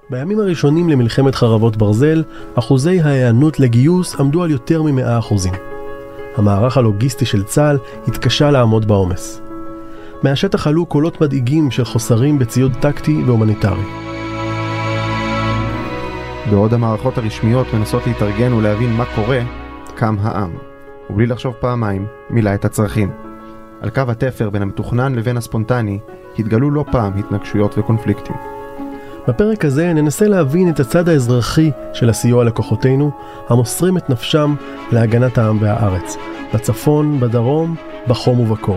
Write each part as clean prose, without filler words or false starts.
בימים הראשונים למלחמת חרבות ברזל, אחוזי ההיענות לגיוס עמדו על יותר מ100%. המערך הלוגיסטי של צה"ל התקשה לעמוד בעומס. מהשטח עלו קולות מדאיגים של חוסרים בציוד טקטי והומניטרי. בעוד המערכות הרשמיות מנסות להתארגן ולהבין מה קורה, קם העם, ובלי לחשוב פעמיים, מילא את הצרכים. על קו התפר בין המתוכנן לבין הספונטני, התגלו לא פעם התנגשויות וקונפליקטים. בפרק הזה ננסה להבין את הצד האזרחי של הסיוע לכוחותינו, המוסרים את נפשם להגנת העם והארץ, בצפון, בדרום, בחום ובקור.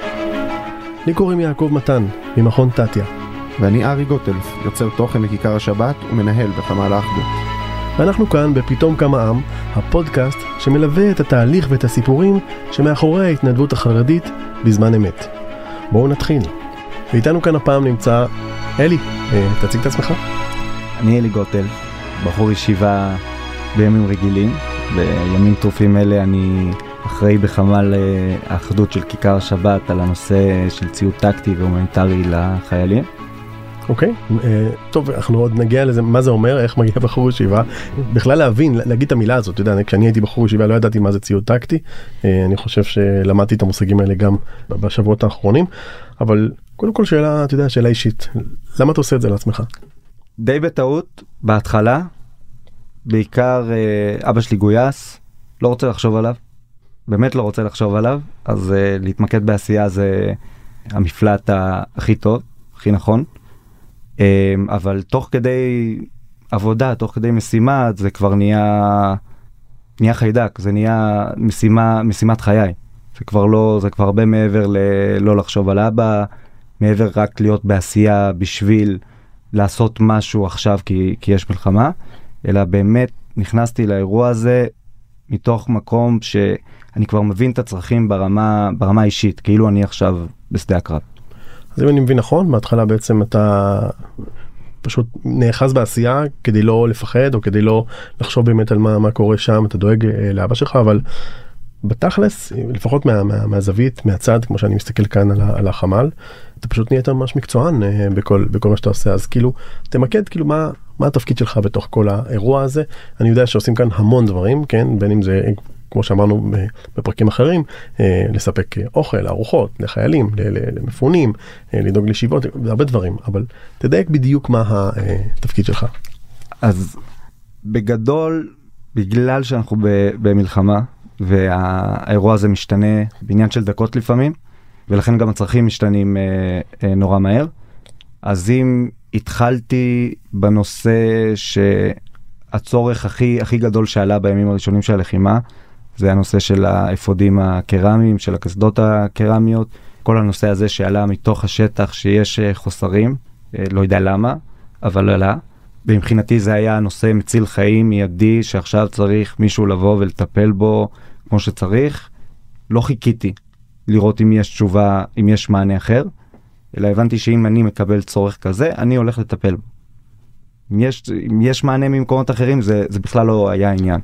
לי קוראים יעקב מתן, ממכון תתיה. ואני ארי גוטלף, יוצר תוכן לכיכר השבת ומנהל בחמ"ל האחדות. ואנחנו כאן בפתאום קם העם, הפודקאסט שמלווה את התהליך ואת הסיפורים שמאחורי ההתנדבות החרדית בזמן אמת. בואו נתחיל. ואיתנו כאן הפעם נמצא אלי, תציג את עצמך. אני אלי גוטלף, בחור ישיבה בימים רגילים. בימים טרופים אלה אני אחראי בחמ"ל האחדות של כיכר השבת על הנושא של ציוד טקטי והומניטרי לחיילים. אוקיי, טוב, אנחנו עוד נגיע לזה, מה זה אומר, איך מגיע בחור ישיבה, בכלל להבין, להגיד את המילה הזאת, אתה יודע, כשאני הייתי בחור ישיבה לא ידעתי מה זה ציוד טקטי, אני חושב שלמדתי את המושגים האלה גם בשבועות האחרונים, אבל קודם כל שאלה, אתה יודע, שאלה אישית, למה אתה עושה את זה לעצמך? די בטעות, בהתחלה, בעיקר אבא שלי גויס, לא רוצה לחשוב עליו, באמת לא רוצה לחשוב עליו, אז להתמקד בעשייה זה המפלט הכי טוב, הכי נכון. אבל תוך כדי עבודה, תוך כדי משימה, זה כבר נהיה חיידק, זה נהיה משימת חיי. זה כבר הרבה מעבר לא לחשוב על אבא, מעבר רק להיות בעשייה בשביל לעשות משהו עכשיו כי יש מלחמה, אלא באמת נכנסתי לאירוע הזה מתוך מקום שאני כבר מבין את הצרכים ברמה האישית, כאילו אני עכשיו בשדה הקרב. אז אם אני מבין נכון, בהתחלה בעצם אתה פשוט נאחז בעשייה כדי לא לפחד, או כדי לא לחשוב באמת על מה קורה שם, אתה דואג לאבא שלך, אבל בתכלס, לפחות מהזווית, מהצד, כמו שאני מסתכל כאן על החמ"ל, אתה פשוט נהיית ממש מקצוען בכל מה שאתה עושה, אז כאילו, תמקד כאילו מה התפקיד שלך בתוך כל האירוע הזה. אני יודע שעושים כאן המון דברים, כן, בין אם זה כמו שאמרנו בפרקים אחרים, לספק אוכל, ארוחות, לחיילים, למפונים, לדאוג לישיבות, הרבה דברים, אבל תדייק בדיוק מה התפקיד שלך. אז בגדול, בגלל שאנחנו במלחמה, והאירוע הזה משתנה בעניין של דקות לפעמים, ולכן גם הצרכים משתנים נורא מהר, אז אם התחלתי בנושא שהצורך הכי גדול שעלה בימים הראשונים של הלחימה, זה הנושא של האפודים הקרמיים, של הקסדות הקרמיות, כל הנושא הזה שעלה מתוך השטח שיש חוסרים, לא יודע למה, אבל עלה. ומבחינתי זה היה נושא מציל חיים מיידי, שעכשיו צריך מישהו לבוא ולטפל בו כמו שצריך. לא חיכיתי לראות אם יש תשובה, אם יש מענה אחר, אלא הבנתי שאם אני מקבל צורך כזה, אני הולך לטפל בו. אם יש מענה ממקומות אחרים, זה בכלל לא היה עניין.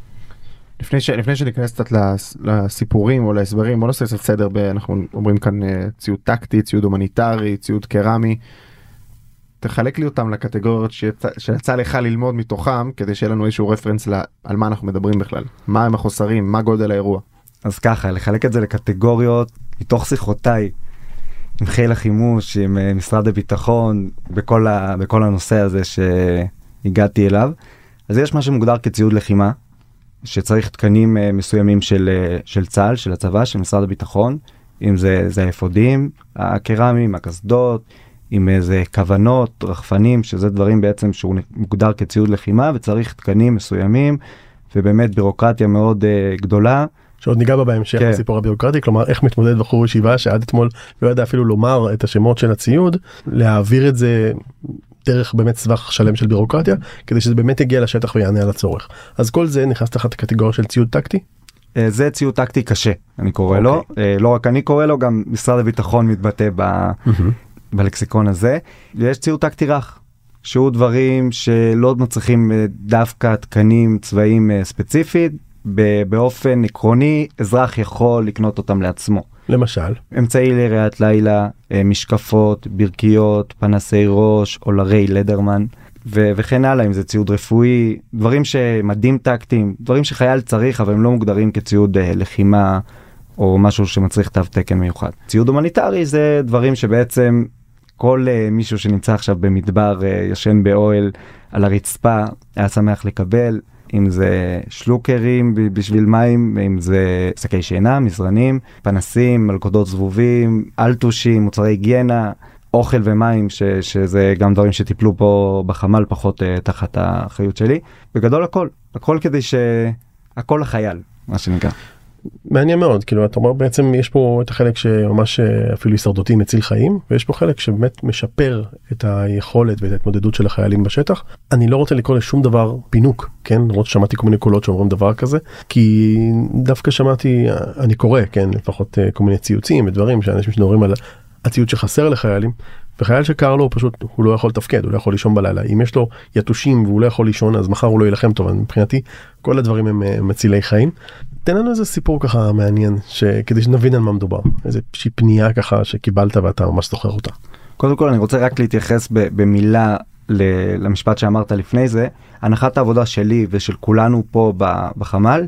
לפני שניכנס קצת לסיפורים או להסברים, בוא נעשה קצת סדר, אנחנו אומרים כאן ציוד טקטי, ציוד הומניטרי, ציוד קרמי, תחלק לי אותם לקטגוריות שיצא לך ללמוד מתוכם, כדי שיהיה לנו איזשהו רפרנס על מה אנחנו מדברים בכלל, מה הם החוסרים, מה גודל האירוע. אז ככה, לחלק את זה לקטגוריות, מתוך שיחותיי, עם חיל החימוש, עם משרד הביטחון, בכל הנושא הזה שהגעתי אליו, אז יש מה שמוגדר כציוד לחימה, שצריך תקנים מסוימים של צה"ל, של הצבא, של משרד הביטחון, אם זה האפודים, הקרמיים, הקסדות, עם איזה כוונות, רחפנים, שזה דברים בעצם שהוא מוגדר כציוד לחימה, וצריך תקנים מסוימים, ובאמת בירוקרטיה מאוד גדולה. שעוד ניגע בה בהמשך, כן. הסיפור הבירוקרטי, כלומר איך מתמודד בחור ישיבה שעד אתמול לא ידע אפילו לומר את השמות של הציוד, להעביר את זה דרך באמת סבך שלם של בירוקרטיה, כדי שזה באמת יגיע לשטח ויענה על הצורך. אז כל זה נכנס תחת הקטגוריה של ציוד טקטי? זה ציוד טקטי קשה, אני קורא לו. לא רק אני קורא לו, גם משרד הביטחון מתבטא בלקסיקון הזה. יש ציוד טקטי רך, שהוא דברים שלא מצריכים דווקא תקנים צבאיים ספציפית, באופן עקרוני, אזרח יכול לקנות אותם לעצמו. למשל? אמצעי לראיית לילה, משקפות, ברכיות, פנסי ראש, אולרי לדרמן. וכן הלאה, אם זה ציוד רפואי, דברים שמדים טקטיים, דברים שחייל צריך, אבל הם לא מוגדרים כציוד לחימה, או משהו שמצריך תו תקן מיוחד. ציוד הומניטרי זה דברים שבעצם כל מישהו שנמצא עכשיו במדבר, ישן באוהל על הרצפה, היה שמח לקבל, אם זה שלוקרים בשביל מים, אם זה שקי שינה, מזרנים, פנסים, מלכודות זבובים, אלטושים, מוצרי היגיינה, אוכל ומים, שזה גם דברים שטיפלו פה בחמ"ל, פחות תחת האחריות שלי. בגדול הכל כדי שהכל לחייל, מה שנקרא. מעניין מאוד, כאילו אתה אומר בעצם יש פה את החלק שממש אפילו הישרדותי מציל חיים, ויש פה חלק שבאמת משפר את היכולת ואת ההתמודדות של החיילים בשטח. אני לא רוצה לקרוא לשום דבר פינוק, כן? למרות ששמעתי כל מיני קולות שאומרים דבר כזה, כי דווקא שמעתי, אני קורא, כן, לפחות כל מיני ציוצים ודברים שאנשים שמדברים על הציוד שחסר לחיילים, וחייל שקר לו פשוט הוא לא יכול לתפקד, הוא לא יכול לישון בלילה. אם יש לו יתושים והוא לא יכול לישון, אז מחר הוא לא ילחם טוב. מבחינתי כל הדברים הם מצילי חיים. תן לנו איזה סיפור ככה מעניין, כדי שנבין על מה מדובר. איזה פנייה ככה שקיבלת ואתה ממש זוכר אותה. קודם כל אני רוצה רק להתייחס במילה למשפט שאמרת לפני זה. הנחת העבודה שלי ושל כולנו פה בחמ"ל,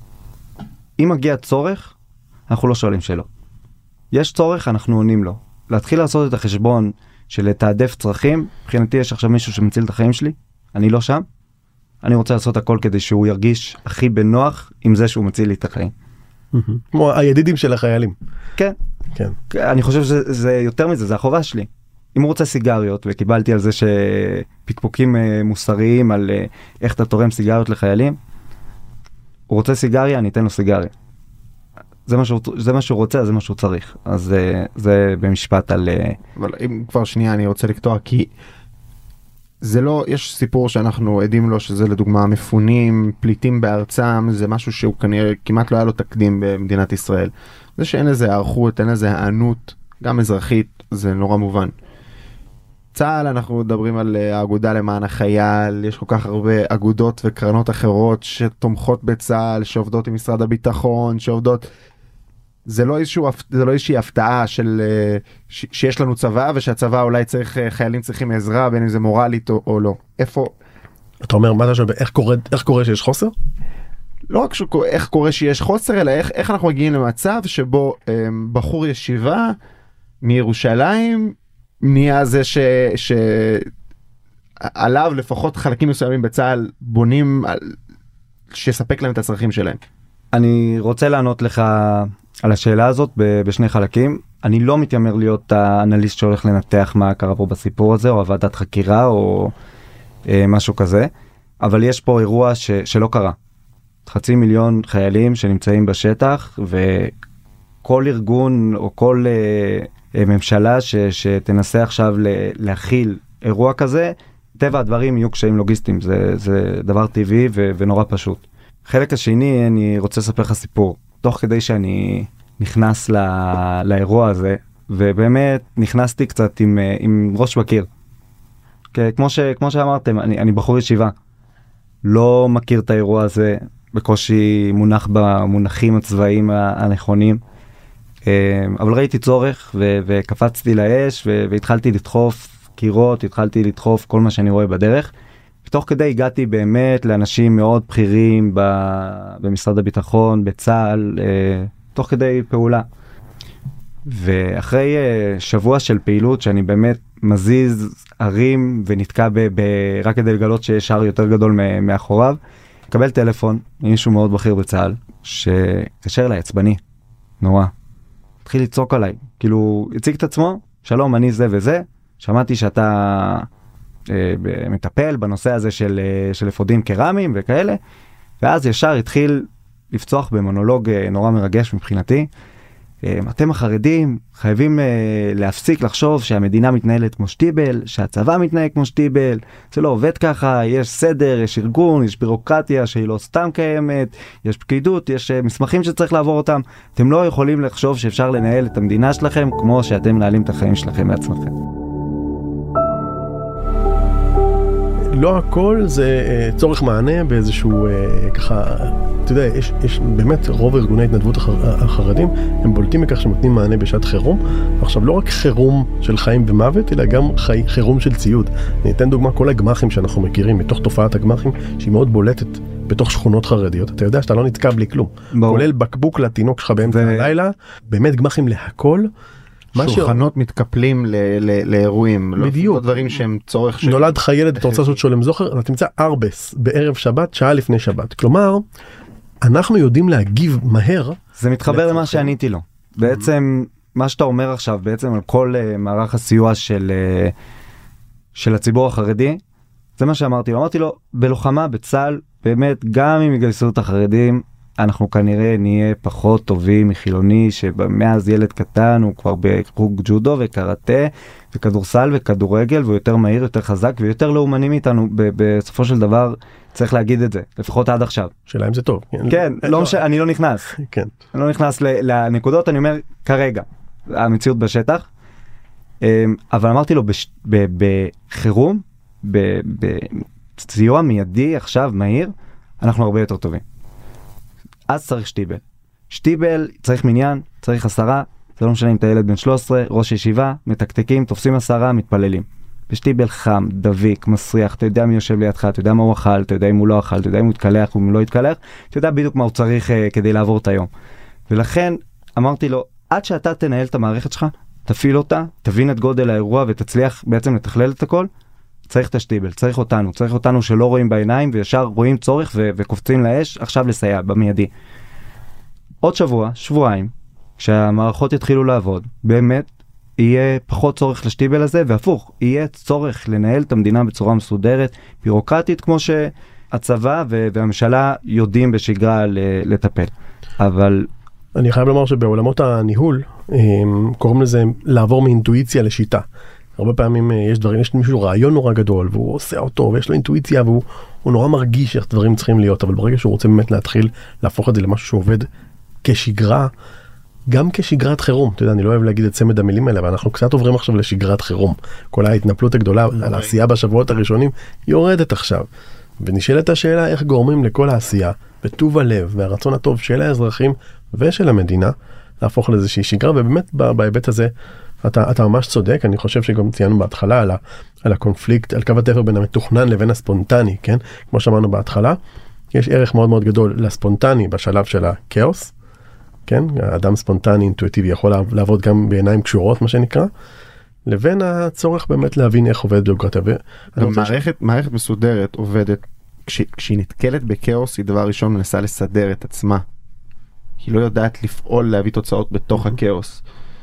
אם מגיע צורך, אנחנו לא שואלים שאלות. יש צורך, אנחנו עונים לו. להתחיל לעשות את החשבון של לתעדף צרכים, מבחינתי יש עכשיו מישהו שמציל את החיים שלי, אני לא שם, אני רוצה לעשות הכל כדי שהוא ירגיש הכי בנוח עם זה שהוא מציל לי את החיים. כמו הידידים של החיילים. כן. כן. אני חושב שזה יותר מזה, זה החובה שלי. אם הוא רוצה סיגריות, וקיבלתי על זה שפיקפוקים מוסריים על איך אתה תורם סיגריות לחיילים, הוא רוצה סיגריה, אני אתן לו סיגריה. זה מה שהוא רוצה, זה מה שהוא צריך. אז זה במשפט על... אבל אם כבר שנייה אני רוצה לקטוע, כי זה לא, יש סיפור שאנחנו עדים לו, שזה לדוגמה מפונים, פליטים בארצם, זה משהו שהוא כנראה כמעט לא היה לו תקדים במדינת ישראל. זה שאין איזה הערכות, אין איזה הענות, גם אזרחית, זה נורא מובן. צה"ל, אנחנו מדברים על האגודה למען החייל, יש כל כך הרבה אגודות וקרנות אחרות שתומכות בצה"ל, שעובדות עם משרד הביטחון, שעובדות... זה לא איזושהי הפתעה של שיש לנו צבא, ושהצבא אולי צריך, חיילים צריכים עזרה, בין אם זה מורלית או לא. איפה... אתה אומר, מה אתה שואל, איך קורה שיש חוסר? לא רק איך קורה שיש חוסר, אלא איך אנחנו מגיעים למצב שבו בחור ישיבה מירושלים, נהיה זה שעליו לפחות חלקים מסוימים בצה"ל בונים שיספק להם את הצרכים שלהם. אני רוצה לענות לך על השאלה הזאת בשני חלקים. אני לא מתיימר להיות האנליסט שהולך לנתח מה קרה פה בסיפור הזה, או הוועדת חקירה, או משהו כזה. אבל יש פה אירוע שלא קרה. 500,000 חיילים שנמצאים בשטח, וכל ארגון או כל ממשלה שתנסה עכשיו להכיל אירוע כזה, טבע הדברים יהיו קשיים לוגיסטיים. זה דבר טבעי ונורא פשוט. חלק השני, אני רוצה לספר לך סיפור. תוך כדי שאני נכנס לאירוע הזה, ובאמת נכנסתי קצת עם ראש בקיר. כמו שאמרתם, אני בחור ישיבה. לא מכיר את האירוע הזה, בקושי מונח במונחים הצבאיים הנכונים. אבל ראיתי צורך, וקפצתי לאש, והתחלתי לדחוף קירות, התחלתי לדחוף כל מה שאני רואה בדרך. ותוך כדי הגעתי באמת לאנשים מאוד בכירים במשרד הביטחון, בצה"ל, תוך כדי פעולה. ואחרי שבוע של פעילות שאני באמת מזיז ערים ונתקע רק כדי לגלות שיש הר יותר גדול מאחוריו, קבל טלפון מישהו מאוד בכיר בצה"ל, שקשר אליי עצבני, נורא. התחיל לצעוק עליי, כאילו הציג את עצמו, שלום אני זה וזה, שמעתי שאתה... מטפל בנושא הזה של אפודים קרמיים וכאלה, ואז ישר התחיל לפצוח במונולוג נורא מרגש מבחינתי. אתם החרדים חייבים להפסיק לחשוב שהמדינה מתנהלת כמו שטיבל, שהצבא מתנהל כמו שטיבל, זה לא עובד ככה, יש סדר, יש ארגון, יש בירוקרטיה שהיא לא סתם קיימת, יש פקידות, יש מסמכים שצריך לעבור אותם, אתם לא יכולים לחשוב שאפשר לנהל את המדינה שלכם כמו שאתם מנהלים את החיים שלכם בעצמכם. לא הכל זה צורך מענה באיזשהו ככה, אתה יודע, יש באמת רוב ארגוני התנדבות החרדים, הם בולטים מכך שנותנים מענה בשעת חירום. עכשיו, לא רק חירום של חיים ומוות, אלא גם חירום של ציוד. אני אתן דוגמה, כל הגמחים שאנחנו מכירים, מתוך תופעת הגמחים, שהיא מאוד בולטת בתוך שכונות חרדיות. אתה יודע שאתה לא נתקע בלי כלום. כולל בקבוק לתינוק שלך באמצע הלילה, באמת גמחים להכל. שולחנות מתקפלים לאירועים. בדיוק. לא דברים שהם צורך של... נולד חיילת, אתה רוצה לעשות שולם זוכר, אתה תמצא ארבס בערב שבת, שעה לפני שבת. כלומר, אנחנו יודעים להגיב מהר. זה מתחבר למה שעניתי לו. בעצם, מה שאתה אומר עכשיו, בעצם על כל מערך הסיוע של הציבור החרדי, זה מה שאמרתי לו. אמרתי לו, בלוחמה, בצה"ל, באמת, גם אם יגייסו את החרדים, אנחנו כנראה נהיה פחות טובים מחילוני, שמאז ילד קטן הוא כבר בחוג ג'ודו וקראטה וכדורסל וכדורגל, והוא יותר מהיר, יותר חזק ויותר לאומני מאיתנו. בסופו של דבר צריך להגיד את זה, לפחות עד עכשיו. שאלה אם זה טוב. כן, אני לא נכנס. כן. אני לא נכנס לנקודות, אני אומר כרגע, המציאות בשטח. אבל אמרתי לו, בחירום, בסיוע מיידי עכשיו, מהיר, אנחנו הרבה יותר טובים. אז צריך שטיבל. שטיבל צריך מניין, צריך 10, זה לא משנה אם אתה ילד בן 13, ראש ישיבה, מתקתקים, תופסים 10, מתפללים. בשטיבל חם, דביק, מסריח, אתה יודע מי יושב לידך, אתה יודע מה הוא אכל, אתה יודע אם הוא לא אכל, אתה יודע אם הוא התקלח או אם הוא לא התקלח, אתה יודע בדיוק מה הוא צריך כדי לעבור את היום. ולכן אמרתי לו, עד שאתה תנהל את המערכת שלך, תפעיל אותה, תבין את גודל האירוע ותצליח בעצם לתכלל את הכל, צריך את השטיבל, צריך אותנו שלא רואים בעיניים וישר רואים צורך וקופצים לאש, עכשיו לסייע במיידי. עוד שבוע, שבועיים, כשהמערכות יתחילו לעבוד, באמת יהיה פחות צורך לשטיבל הזה, והפוך, יהיה צורך לנהל את המדינה בצורה מסודרת, בירוקרטית, כמו שהצבא והממשלה יודעים בשגרה לטפל. אבל... אני חייב לומר שבעולמות הניהול, קוראים לזה לעבור מאינטואיציה לשיטה. הרבה פעמים יש מישהו רעיון נורא גדול, והוא עושה אותו, ויש לו אינטואיציה, והוא נורא מרגיש איך דברים צריכים להיות, אבל ברגע שהוא רוצה באמת להתחיל להפוך את זה למשהו שעובד כשגרה, גם כשגרת חירום. אתה יודע, אני לא אוהב להגיד את צמד המילים האלה, אבל אנחנו קצת עוברים עכשיו לשגרת חירום. כל ההתנפלות הגדולה על העשייה בשבועות הראשונים, יורדת עכשיו. ונשאלת השאלה איך גורמים לכל העשייה, בטוב הלב והרצון הטוב של האזרחים ושל המדינה, להפוך לאיזושהי שגרה, ובאמת בהיבט הזה, אתה ממש צודק. אני חושב שגם ציינו בהתחלה על הקונפליקט, על קו התפר בין המתוכנן לבין הספונטני, כן? כמו שאמרנו בהתחלה, יש ערך מאוד מאוד גדול לספונטני בשלב של הכאוס, כן? האדם ספונטני, אינטואיטיבי, יכול לעבוד גם בעיניים קשורות, מה שנקרא, לבין הצורך באמת להבין איך עובד ביורוקרטיה. מערכת מסודרת עובדת, כשהיא נתקלת בכאוס, היא דבר ראשון מנסה לסדר את עצמה. היא לא יודעת לפעול, להביא תוצאות בתוך הכאוס.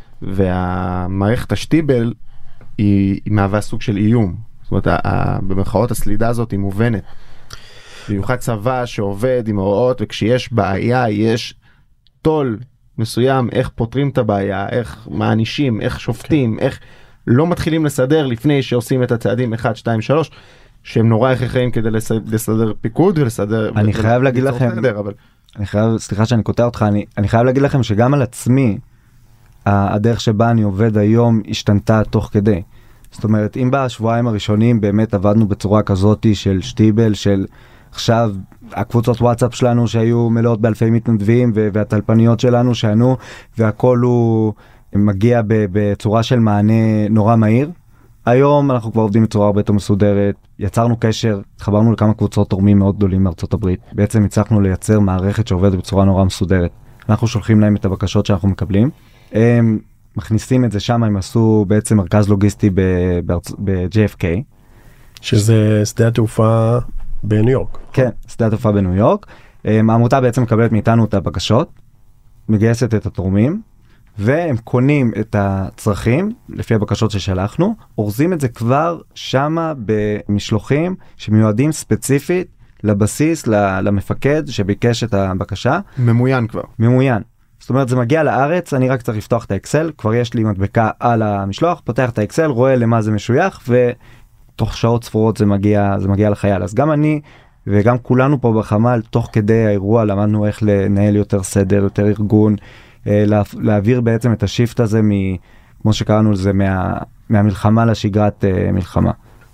והמערכת השטיבל היא מהווה סוג של איום. זאת אומרת, במרכאות הסלידה הזאת היא מובנת. במיוחד צבא שעובד עם הוראות, וכשיש בעיה, יש תול מסוים, איך פותרים את הבעיה, איך מענישים, איך שופטים, איך לא מתחילים לסדר לפני שעושים את הצעדים 1, 2, 3, שהם נורא הכרחיים כדי לסדר פיקוד ולסדר... אני חייב להגיד לכם, סליחה שאני קוטע אותך, אני חייב להגיד לכם שגם על עצמי, הדרך שבה אני עובד היום השתנתה תוך כדי. זאת אומרת, אם בשבועיים הראשונים באמת עבדנו בצורה כזאת של שטיבל, של עכשיו הקבוצות וואטסאפ שלנו שהיו מלאות באלפי מתנדבים, והטלפניות שלנו שענו, והכל הוא מגיע בצורה של מענה נורא מהיר. היום אנחנו כבר עובדים בצורה הרבה יותר מסודרת, יצרנו קשר, התחברנו לכמה קבוצות תורמים מאוד גדולים מארצות הברית. בעצם הצלחנו לייצר מערכת שעובדת בצורה נורא מסודרת. אנחנו שולחים להם את הבקשות שאנחנו מקבלים. הם מכניסים את זה שם, הם עשו בעצם מרכז לוגיסטי ב-JFK. שזה שדה התעופה בניו יורק. כן, שדה התעופה בניו יורק. העמותה בעצם מקבלת מאיתנו את הבקשות, מגייסת את התורמים, והם קונים את הצרכים, לפי הבקשות ששלחנו, אורזים את זה כבר שמה במשלוחים שמיועדים ספציפית לבסיס, למפקד שביקש את הבקשה. ממוין כבר. ממוין. זאת אומרת, זה מגיע לארץ, אני רק צריך לפתוח את האקסל, כבר יש לי מדבקה על המשלוח, פותח את האקסל, רואה למה זה משוייך, ותוך שעות ספורות זה מגיע לחייל. אז גם אני וגם כולנו פה בחמ"ל, תוך כדי האירוע, למדנו איך לנהל יותר סדר, יותר ארגון, להעביר בעצם את השיפט הזה, כמו שקראנו לזה, מהמלחמה לשגרת מלחמה.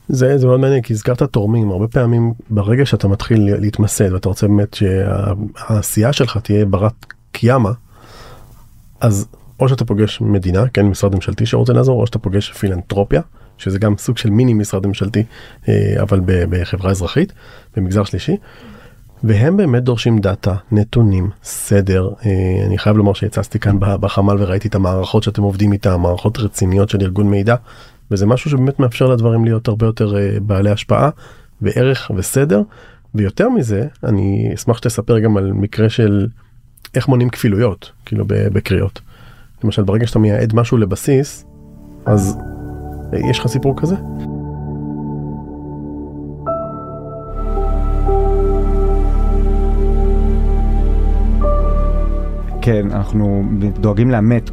זה מאוד מעניין, כי הזכרת תורמים, הרבה פעמים ברגע שאתה מתחיל להתמסד, ואתה רוצה באמת שהעשייה שלך תהיה ברת קיימה, אז או שאתה פוגש מדינה, כן, משרד ממשלתי שרוצה לעזור, או שאתה פוגש פילנטרופיה, שזה גם סוג של מיני משרד ממשלתי, אבל בחברה אזרחית, במגזר שלישי, והם באמת דורשים דאטה, נתונים, סדר. אני חייב לומר שיצאתי כאן בחמ"ל וראיתי את המערכות שאתם עובדים איתה, מערכות רציניות של ארגון מידע, וזה משהו שבאמת מאפשר לדברים להיות הרבה יותר בעלי השפעה וערך וסדר, ויותר מזה, אני אשמח שתספר גם על מקרה של איך מונים כפילויות, כאילו בקריאות. למשל, ברגע שאתה מייעד משהו לבסיס, אז יש לך סיפור כזה? כן, אנחנו דואגים לאמת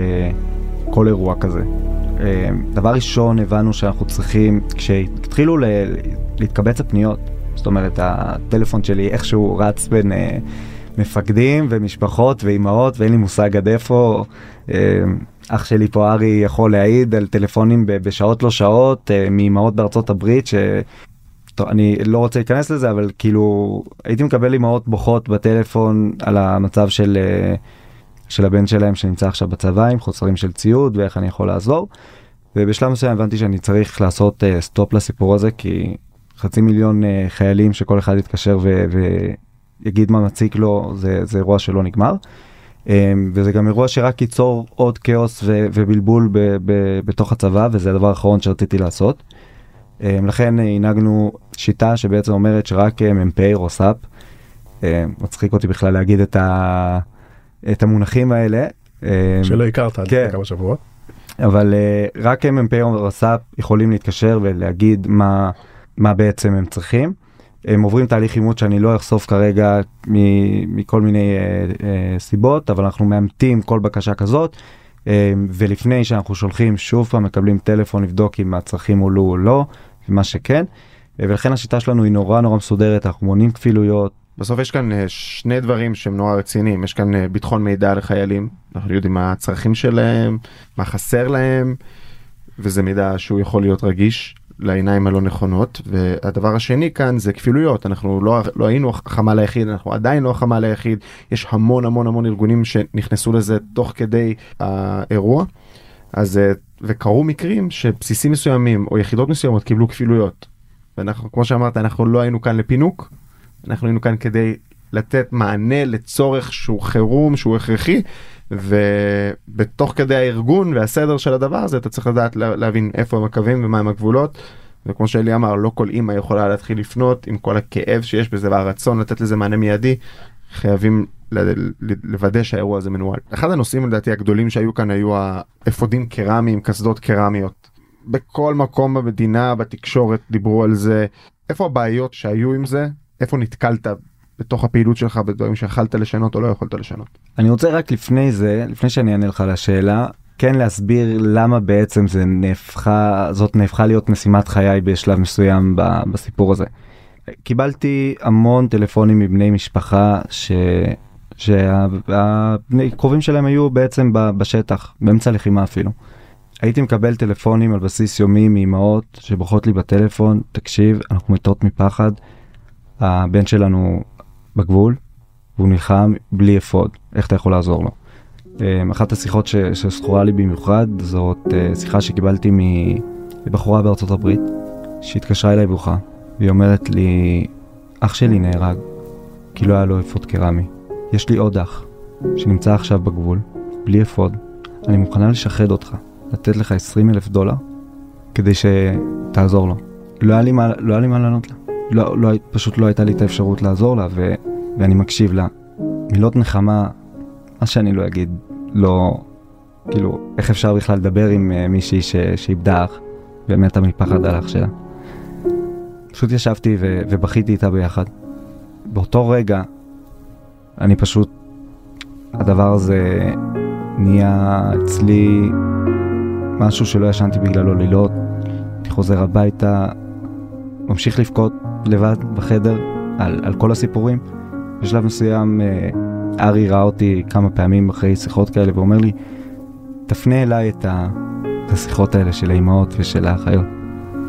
כל אירוע כזה. דבר ראשון, הבנו שאנחנו צריכים, כשהתחילו להתקבץ הפניות, זאת אומרת, הטלפון שלי איכשהו רץ בין מפקדים ומשפחות ואימהות, ואין לי מושג עד איפה. אח שלי פה ארי יכול להעיד על טלפונים בשעות לא שעות, מאימהות בארצות הברית, אני לא רוצה להיכנס לזה, אבל כאילו הייתי מקבל אימהות בוכות בטלפון על המצב של הבן שלהם שנמצא עכשיו בצבא עם חוסרים של ציוד ואיך אני יכול לעזור. ובשלב מסוים הבנתי שאני צריך לעשות סטופ לסיפור הזה, כי 500,000 חיילים שכל אחד יתקשר ויגיד מה מציק לו, זה אירוע שלא נגמר. וזה גם אירוע שרק ייצור עוד כאוס ובלבול בתוך הצבא, וזה הדבר האחרון שרציתי לעשות. לכן הנהגנו שיטה שבעצם אומרת שרק מ"פ או סאפ, מצחיק אותי בכלל להגיד את המונחים האלה. שלא הכרת עד כמה שבועות. אבל רק מ"פ או סאפ יכולים להתקשר ולהגיד מה בעצם הם צריכים. הם עוברים תהליך אימות שאני לא אחשוף כרגע מכל מיני סיבות, אבל אנחנו מאמתים כל בקשה כזאת, ולפני שאנחנו שולחים שוב פעם מקבלים טלפון לבדוק אם הצרכים עולו או לא, ומה שכן, ולכן השיטה שלנו היא נורא מסודרת, אנחנו מונים כפילויות. בסוף יש כאן שני דברים שהם נורא רציניים, יש כאן ביטחון מידע לחיילים, אנחנו יודעים מה הצרכים שלהם, מה חסר להם, וזה מידע שהוא יכול להיות רגיש לעיניים הלא נכונות, והדבר השני כאן זה כפילויות, אנחנו לא היינו החמ"ל היחיד, אנחנו עדיין לא החמ"ל היחיד, יש המון ארגונים שנכנסו לזה תוך כדי האירוע, אז וקרו מקרים שבסיסים מסוימים או יחידות מסוימות קיבלו כפילויות, ואנחנו, כמו שאמרת, אנחנו לא היינו כאן לפינוק, אנחנו היינו כאן כדי לתת מענה לצורך שהוא חירום, שהוא הכרחי, ובתוך כדי הארגון והסדר של הדבר הזה, אתה צריך לדעת להבין איפה הם הקווים ומה הם הגבולות, וכמו שאלי אמר, לא כל אימא יכולה להתחיל לפנות עם כל הכאב שיש בזה, והרצון לתת לזה מענה מיידי, חייבים לוודא שהאירוע הזה מנוהל. אחד הנושאים לדעתי הגדולים שהיו כאן היו האפודים קרמיים, קסדות קרמיות. בכל מקום במדינה, בתקשורת דיברו על זה. איפה הבעיות שהיו עם זה? איפה נתקלת בתוך הפעילות שלך בדברים שיכלת לשנות או לא יכולת לשנות? אני רוצה רק לפני זה, לפני שאני אענה לך לשאלה, כן להסביר למה בעצם זאת נהפכה להיות משימת חיי בשלב מסוים בסיפור הזה. קיבלתי המון טלפונים מבני משפחה שהקרובים שלהם היו בעצם בשטח, באמצע לחימה אפילו. הייתי מקבל טלפונים על בסיס יומי מאמהות שבוכות לי בטלפון, תקשיב, אנחנו מתות מפחד, הבן שלנו בגבול, והוא נלחם בלי אפוד, איך אתה יכול לעזור לו? אחת השיחות שזכורה לי במיוחד, זאת שיחה שקיבלתי מבחורה בארצות הברית, שהתקשרה אליי בוכה, והיא אומרת לי, אח שלי נהרג, כי לא היה לו אפוד קרמי. יש לי עוד אח, שנמצא עכשיו בגבול, בלי אפוד, אני מוכנה לשחד אותך, לתת לך $20,000, כדי שתעזור לו. לא היה לי מה לענות לה. פשוט לא הייתה לי את האפשרות לעזור לה, ואני מקשיב לה. מילות נחמה, מה שאני לא אגיד, לא, כאילו, איך אפשר בכלל לדבר עם מישהי שאיבדה אח, ומתה מפחד על אח שלה. פשוט ישבתי ובכיתי איתה ביחד. באותו רגע, אני פשוט, הדבר הזה נהיה אצלי משהו שלא ישנתי בגללו לילות. אני חוזר הביתה, ממשיך לבכות לבד בחדר על כל הסיפורים. בשלב מסוים ארי ראה אותי כמה פעמים אחרי שיחות כאלה ואומר לי, תפנה אליי את השיחות האלה של האימהות ושל האחיות.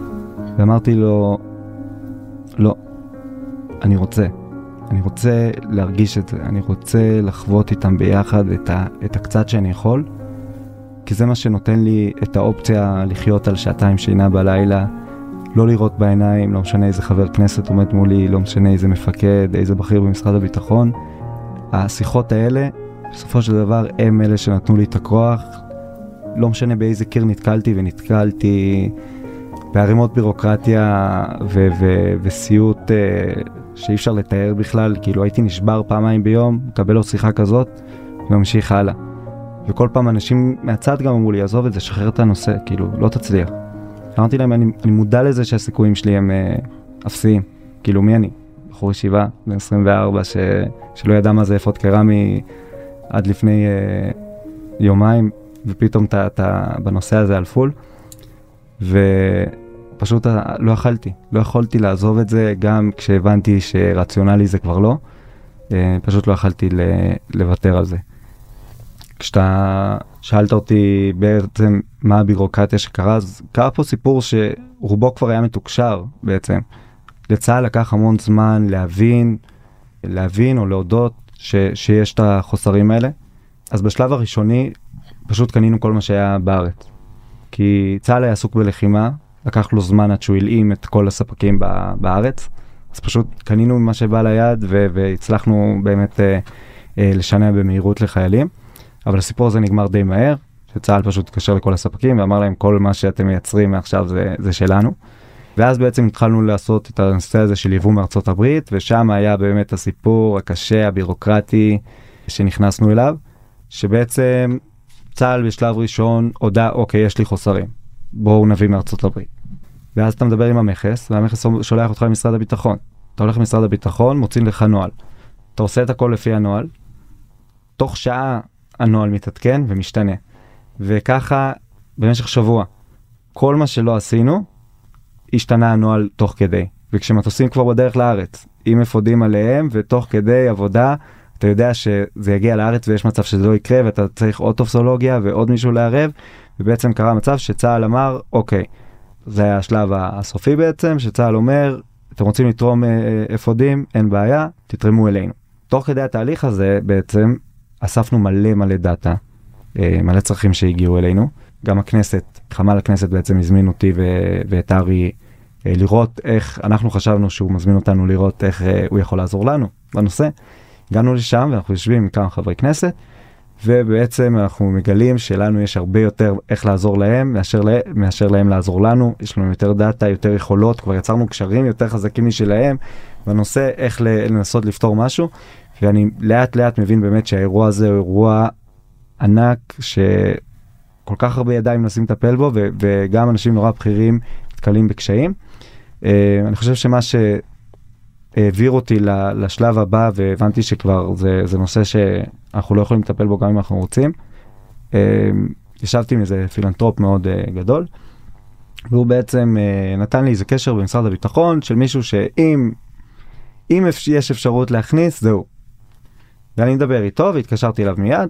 ואמרתי לו, לא, אני רוצה להרגיש את זה, אני רוצה לחוות איתם ביחד את הקצת שאני יכול, כי זה מה שנותן לי את האופציה לחיות על 2 שינה בלילה, לא לראות בעיניים, לא משנה איזה חבר כנסת עומד מולי, לא משנה איזה מפקד, איזה בכיר במשרד הביטחון. השיחות האלה, בסופו של דבר, הם אלה שנתנו לי את הכוח. לא משנה באיזה קיר נתקלתי בערימות בירוקרטיה וסיוט שאי אפשר לתאר בכלל. כאילו הייתי נשבר פעמיים ביום, מקבל לו שיחה כזאת וממשיך הלאה. וכל פעם אנשים מהצד גם אמרו לי, עזוב את זה, שחרר את הנושא, כאילו, לא תצליח. אמרתי להם, אני מודע לזה שהסיכויים שלי הם אפסיים. כאילו, מי אני? בחור ישיבה, בן 24, שלא ידע מה זה אפוד קרמי עד לפני יומיים, ופתאום בנושא הזה על פול. ופשוט לא יכולתי לעזוב את זה, גם כשהבנתי שרציונלי זה כבר לא. פשוט לא יכולתי לוותר על זה. כשאתה שאלת אותי בעצם מה הבירוקרטיה שקרה, אז קרה פה סיפור שרובו כבר היה מתוקשר בעצם. לצה"ל לקח המון זמן להבין או להודות שיש את החוסרים האלה. אז בשלב הראשוני פשוט קנינו כל מה שהיה בארץ. כי צה"ל היה עסוק בלחימה, לקח לו זמן עד שהוא הלאים את כל הספקים בארץ. אז פשוט קנינו מה שבא ליד והצלחנו באמת לשנע במהירות לחיילים. אבל הסיפור הזה נגמר די מהר, שצה"ל פשוט התקשר לכל הספקים ואמר להם כל מה שאתם מייצרים מעכשיו זה שלנו. ואז בעצם התחלנו לעשות את הנושא הזה של יבוא מארצות הברית, ושם היה באמת הסיפור הקשה, הבירוקרטי שנכנסנו אליו, שבעצם צה"ל בשלב ראשון הודע, אוקיי, יש לי חוסרים, בואו נביא מארצות הברית. ואז אתה מדבר עם המכס, והמכס שולח אותך למשרד הביטחון. אתה הולך למשרד הביטחון, מוצאים לך נועל. אתה עושה את הכל לפי הנועל, תוך שעה הנועל מתעדכן ומשתנה. וככה במשך שבוע, כל מה שלא עשינו, השתנה הנועל תוך כדי. וכשמטוסים כבר בדרך לארץ, אם אפודים עליהם ותוך כדי עבודה, אתה יודע שזה יגיע לארץ ויש מצב שזה לא יקרה, ואתה צריך עוד טופסולוגיה ועוד מישהו לערב, ובעצם קרה מצב שצה"ל אמר, אוקיי, זה היה השלב הסופי בעצם, שצה"ל אומר, אתם רוצים לתרום אפודים, אין בעיה, תתרמו אלינו. תוך כדי התהליך הזה בעצם, אספנו מלא דאטה, מלא צרכים שהגיעו אלינו. גם הכנסת, חמ"ל הכנסת בעצם הזמין אותי ואת ארי לראות איך, אנחנו חשבנו שהוא מזמין אותנו לראות איך הוא יכול לעזור לנו בנושא. הגענו לשם ואנחנו יושבים עם כמה חברי כנסת, ובעצם אנחנו מגלים שלנו יש הרבה יותר איך לעזור להם, מאשר להם לעזור לנו. יש לנו יותר דאטה, יותר יכולות, כבר יצרנו קשרים יותר חזקים משלהם, בנושא איך לנסות לפתור משהו. ואני לאט מבין באמת שהאירוע הזה הוא אירוע ענק, שכל כך הרבה ידיים נשים לטפל בו, וגם אנשים נורא בכירים מתקלים בקשיים. אני חושב שמה שהעביר אותי לשלב הבא, והבנתי שכבר זה נושא שאנחנו לא יכולים לטפל בו גם אם אנחנו רוצים. ישבתי עם איזה פילנטרופ מאוד גדול, והוא בעצם נתן לי איזה קשר במשרד הביטחון, של מישהו שאם יש אפשרות להכניס, זהו. ואני מדבר איתו, והתקשרתי אליו מיד,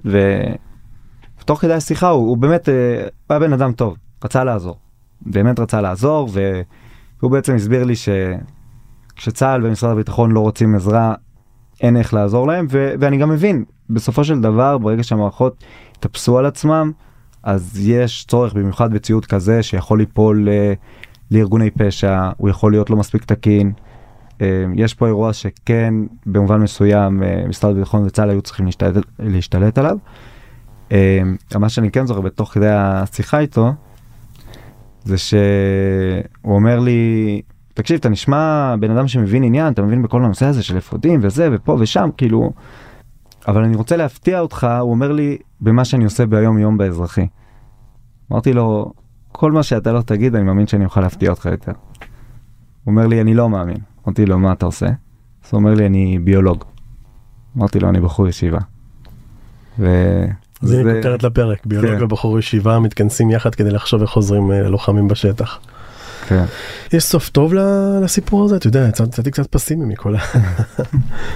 ותוך כדי השיחה, הוא באמת היה בן אדם טוב, רצה לעזור. באמת רצה לעזור, והוא בעצם הסביר לי שכשצה"ל ומשרד הביטחון לא רוצים עזרה, אין איך לעזור להם, ואני גם מבין, בסופו של דבר, ברגע שהמערכות יתאפסו על עצמם, אז יש צורך במיוחד בציוד כזה, שיכול ליפול לארגוני פשע, הוא יכול להיות לא מספיק תקין, יש פה אירוע שכן, במובן מסוים, משרד הביטחון וצה"ל היו צריכים להשתלט עליו. מה שאני כן זוכר בתוך כדי השיחה איתו, זה שהוא אומר לי, תקשיב, אתה נשמע בן אדם שמבין עניין, אתה מבין בכל הנושא הזה של אפודים וזה ופה ושם, כאילו, אבל אני רוצה להפתיע אותך, הוא אומר לי, במה שאני עושה ביום יום באזרחי. אמרתי לו, כל מה שאתה לא תגיד, אני מאמין שאני אוכל להפתיע אותך יותר. הוא אומר לי, אני לא מאמין. אמרתי לו, מה אתה עושה? אז הוא אומר לי, אני ביולוג. אמרתי לו, אני בחור ישיבה. אז הנה כותרת לפרק, ביולוג ובחור ישיבה מתכנסים יחד כדי לחשוב איך חוזרים לוחמים בשטח. כן. יש סוף טוב לסיפור הזה? אתה יודע, יצאתי קצת פסימי מכל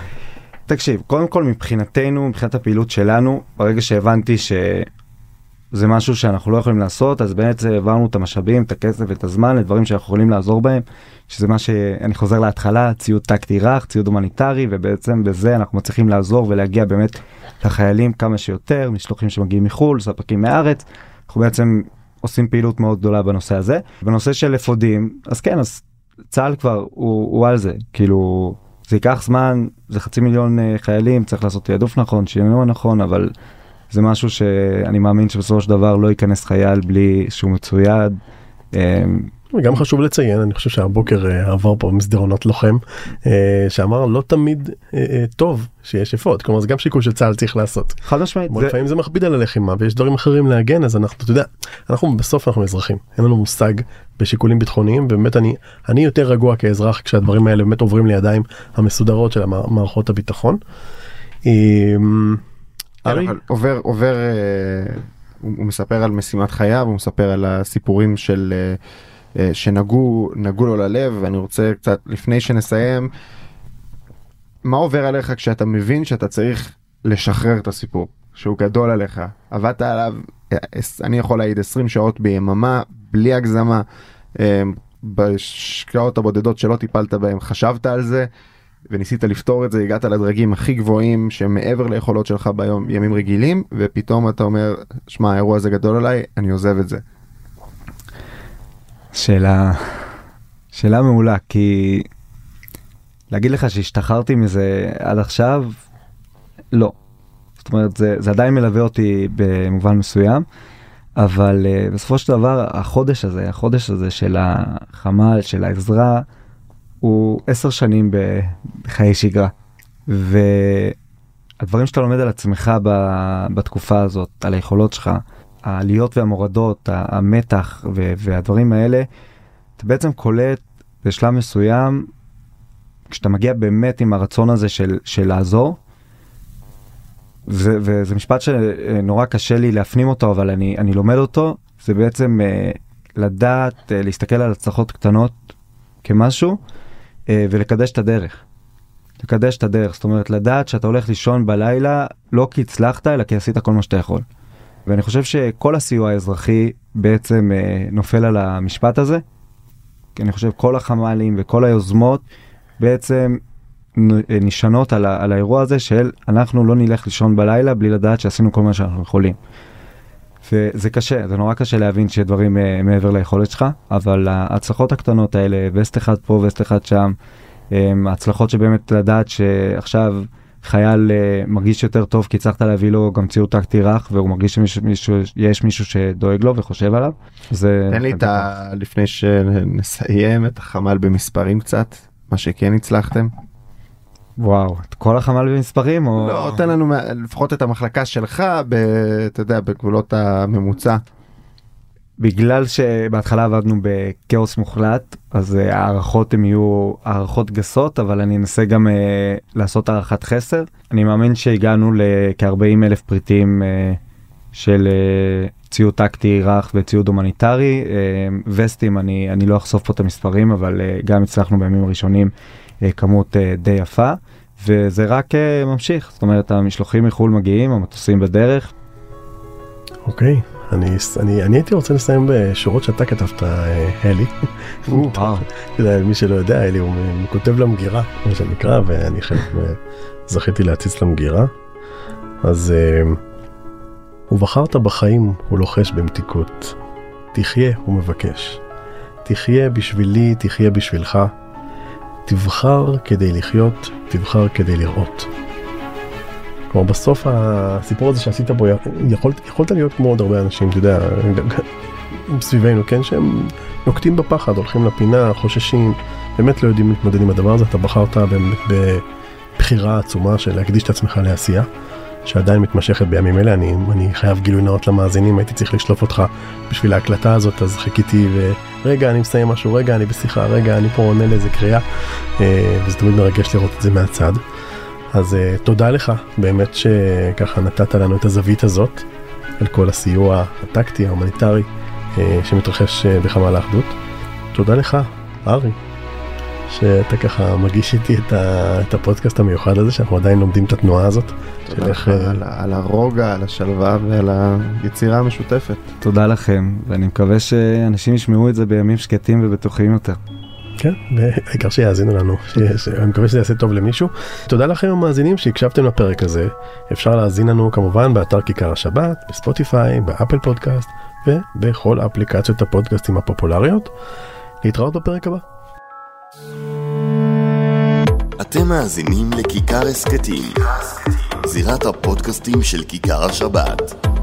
תקשיב, קודם כל מבחינתנו, מבחינת הפעילות שלנו, ברגע שהבנתי זה משהו שאנחנו לא יכולים לעשות, אז באמת העברנו את המשאבים, את הכסף ואת הזמן, לדברים שאנחנו יכולים לעזור בהם, שזה מה שאני חוזר להתחלה, ציוד טקטי רך, ציוד הומניטרי, ובעצם בזה אנחנו מצליחים לעזור ולהגיע באמת לחיילים כמה שיותר, משלוחים שמגיעים מחול, ספקים מארץ, אנחנו בעצם עושים פעילות מאוד גדולה בנושא הזה. בנושא של אפודים, אז כן, אז צה"ל כבר הוא על זה, כאילו זה ייקח זמן, זה 500,000 חיילים, צריך לעשות תעדוף נכון, שינוי נכון, אבל זה משהו שאני מאמין שבסופו של דבר לא ייכנס חייל בלי שהוא מצויד. גם חשוב לציין, אני חושב שהבוקר עבר פה מסדרונות לוחם, שאמר לא תמיד טוב שיש אפוד, כלומר זה גם שיקול שצה"ל צריך לעשות. חד משמעית. לפעמים זה מכביד על הלחימה, ויש דברים אחרים להגן, אז אנחנו, אתה יודע, בסוף אנחנו אזרחים, אין לנו מושג בשיקולים ביטחוניים, ובאמת אני יותר רגוע כאזרח, כשהדברים האלה באמת עוברים לידיים המסודרות של מערכות הביטחון. הוא מספר על משימת חייו, הוא מספר על הסיפורים שנגעו לו ללב, ואני רוצה קצת, לפני שנסיים, מה עובר עליך כשאתה מבין שאתה צריך לשחרר את הסיפור, שהוא גדול עליך, עבדת עליו, אני יכול להעיד 20 שעות ביממה, בלי הגזמה, בשקעות הבודדות שלא טיפלת בהם, חשבת על זה, וניסית לפתור את זה, הגעת לדרגים הכי גבוהים, שמעבר ליכולות שלך בימים רגילים, ופתאום אתה אומר, שמע, האירוע הזה גדול עליי, אני עוזב את זה. שאלה מעולה, כי להגיד לך שהשתחררתי מזה עד עכשיו, לא. זאת אומרת, זה עדיין מלווה אותי במובן מסוים, אבל בסופו של דבר, החודש הזה של החמ"ל, של העזרה, הוא 10 שנים בחיי שגרה. והדברים שאתה לומד על עצמך בתקופה הזאת, על היכולות שלך, העליות והמורדות, המתח והדברים האלה, אתה בעצם קולט בשלב מסוים, כשאתה מגיע באמת עם הרצון הזה של לעזור, וזה משפט שנורא קשה לי להפנים אותו, אבל אני לומד אותו, זה בעצם לדעת, להסתכל על הצלחות קטנות כמשהו, ולקדש את הדרך. לקדש את הדרך, זאת אומרת, לדעת שאתה הולך לישון בלילה, לא כי הצלחת, אלא כי עשית כל מה שאתה יכול. ואני חושב שכל הסיוע האזרחי בעצם נופל על המשפט הזה, כי אני חושב כל החמ"לים וכל היוזמות בעצם נשענות על האירוע הזה של אנחנו לא נלך לישון בלילה בלי לדעת שעשינו כל מה שאנחנו יכולים. וזה קשה, זה נורא קשה להבין שדברים מעבר ליכולת שלך, אבל ההצלחות הקטנות האלה, וסט אחד פה וסט אחד שם, ההצלחות שבאמת לדעת שעכשיו חייל מרגיש יותר טוב כי הצלחת להביא לו גם ציוד טקטי רך, והוא מרגיש שיש מישהו שדואג לו וחושב עליו. תן לי לפני שנסיים את החמ"ל במספרים קצת, מה שכן הצלחתם. וואו, את כל החמ"ל במספרים או... לא, תן לנו לפחות את המחלקה שלך, אתה יודע, בגבולות הממוצע. בגלל שבהתחלה עבדנו בקאוס מוחלט, אז הערכות הן יהיו הערכות גסות, אבל אני אנסה גם לעשות הערכת חסר. אני מאמין שהגענו לכ-40,000 פריטים של ציוד טקטי רך וציוד הומניטרי. וסטים, אני לא אחשוף פה את המספרים, אבל גם הצלחנו בימים הראשונים כמות די יפה, וזה רק ממשיך. זאת אומרת, המשלוחים מחול מגיעים, המטוסים בדרך. אוקיי. אני הייתי רוצה לסיים בשורות שאתה כתבת, אלי. מי שלא יודע, אלי הוא כותב למגירה, מה שנקרא, ואני זכיתי להציץ למגירה. אז ובחרת בחיים, הוא לוחש במתיקות. תחיה, הוא מבקש. תחיה בשבילי, תחיה בשבילך. תבחר כדי לחיות, תבחר כדי לראות. כלומר, בסוף הסיפור הזה שעשית בו, יכולת להיות כמו עוד הרבה אנשים, אתה יודע, סביבנו, כן, שהם נוקטים בפחד, הולכים לפינה, חוששים, באמת לא יודעים להתמודד עם הדבר הזה. אתה בחרת בבחירה עצומה של להקדיש את עצמך לעשייה, שעדיין מתמשכת בימים אלה. אני חייב גילוי נאות למאזינים, הייתי צריך לשלוף אותך בשביל ההקלטה הזאת, אז חיכיתי ורגע, אני מסיים משהו, רגע, אני בשיחה, רגע, אני פה עונה לאיזה קריאה, וזה תמיד מרגש לראות את זה מהצד. אז תודה לך, באמת שככה נתת לנו את הזווית הזאת, על כל הסיוע הטקטי, ההומניטרי, שמתרחש בחמ"ל האחדות. תודה לך, ארי. שאתה ככה מגיש איתי את הפודקאסט המיוחד הזה, שאנחנו עדיין לומדים את התנועה הזאת. תודה לך על הרוגע, על השלווה ועל היצירה המשותפת. תודה לכם, ואני מקווה שאנשים ישמעו את זה בימים שקטים ובטוחים יותר. כן, והעיקר שיאזינו לנו, אני מקווה שזה יעשה טוב למישהו. תודה לכם המאזינים שהקשבתם לפרק הזה. אפשר להאזין לנו כמובן באתר כיכר השבת, בספוטיפיי, באפל פודקאסט, ובכל אפליקציות הפודקאסטים הפופולריות. להתראות בפרק הבא. אתם מאזינים לכיכר הסקטים, זירת הפודקאסטים של כיכר השבת.